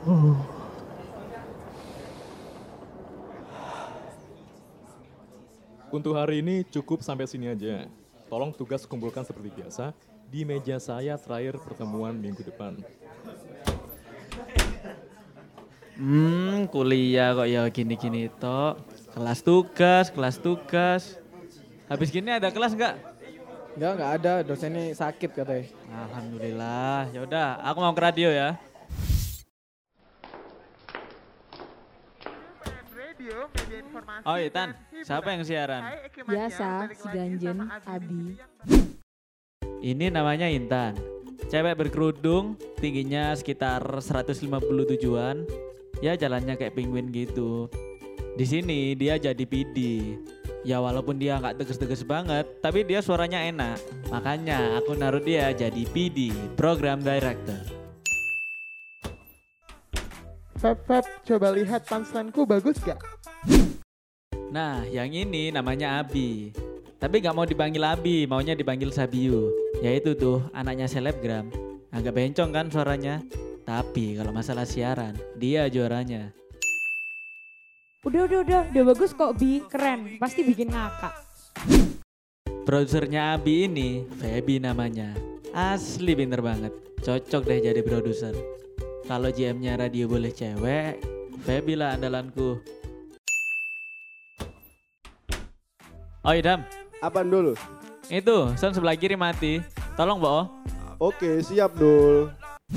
Untuk hari ini cukup sampai sini aja. Tolong tugas kumpulkan seperti biasa di meja saya terakhir pertemuan minggu depan. Kuliah kok ya gini-gini tok. Kelas tugas. Habis gini ada kelas enggak? Enggak ada, dosennya sakit katanya. Alhamdulillah. Ya udah, aku mau ke radio ya. Oh, Tan, siapa yang siaran? Biasa, si Ganjen, Abi. Ini namanya Intan. Cewek berkerudung, tingginya sekitar 157-an. Ya jalannya kayak penguin gitu. Di sini dia jadi PD. Ya walaupun dia nggak tegas-tegas banget, tapi dia suaranya enak. Makanya aku naruh dia jadi PD, Program Director. Feb, coba lihat punchline-ku bagus gak? Nah, yang ini namanya Abi. Tapi gak mau dipanggil Abi, maunya dipanggil Sabiu. Yaitu tuh anaknya selebgram. Agak bencong kan suaranya. Tapi kalau masalah siaran, dia juaranya. Udah bagus kok Bi, keren, pasti bikin ngakak. Produsernya Abi ini, Feby namanya. Asli pinter banget, cocok deh jadi produser. Kalau GM-nya radio boleh cewek, Feby lah andalanku. Oh Idam. Apaan dulu? Itu, sound sebelah kiri mati. Tolong Bo. Oke, siap Dul.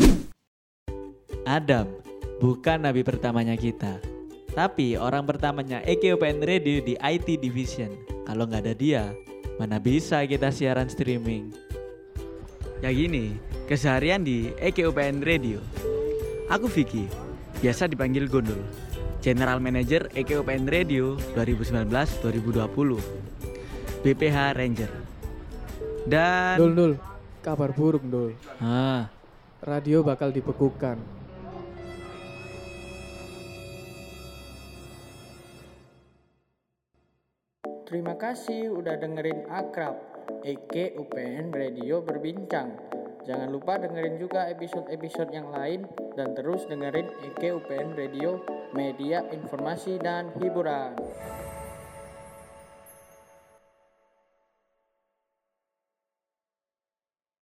Adam, bukan nabi pertamanya kita. Tapi orang pertamanya EKUPN Radio di IT Division. Kalau nggak ada dia, mana bisa kita siaran streaming. Ya gini, keseharian di EKUPN Radio. Aku Vicky, biasa dipanggil Gondol. General Manager EKUPN Radio 2019-2020. BPH Ranger. Dan Dul, kabar buruk Dul. Radio bakal dibekukan. Terima kasih udah dengerin Akrab, EKUPN Radio Berbincang. Jangan lupa dengerin juga episode-episode yang lain dan terus dengerin EKUPN Radio, media informasi dan hiburan.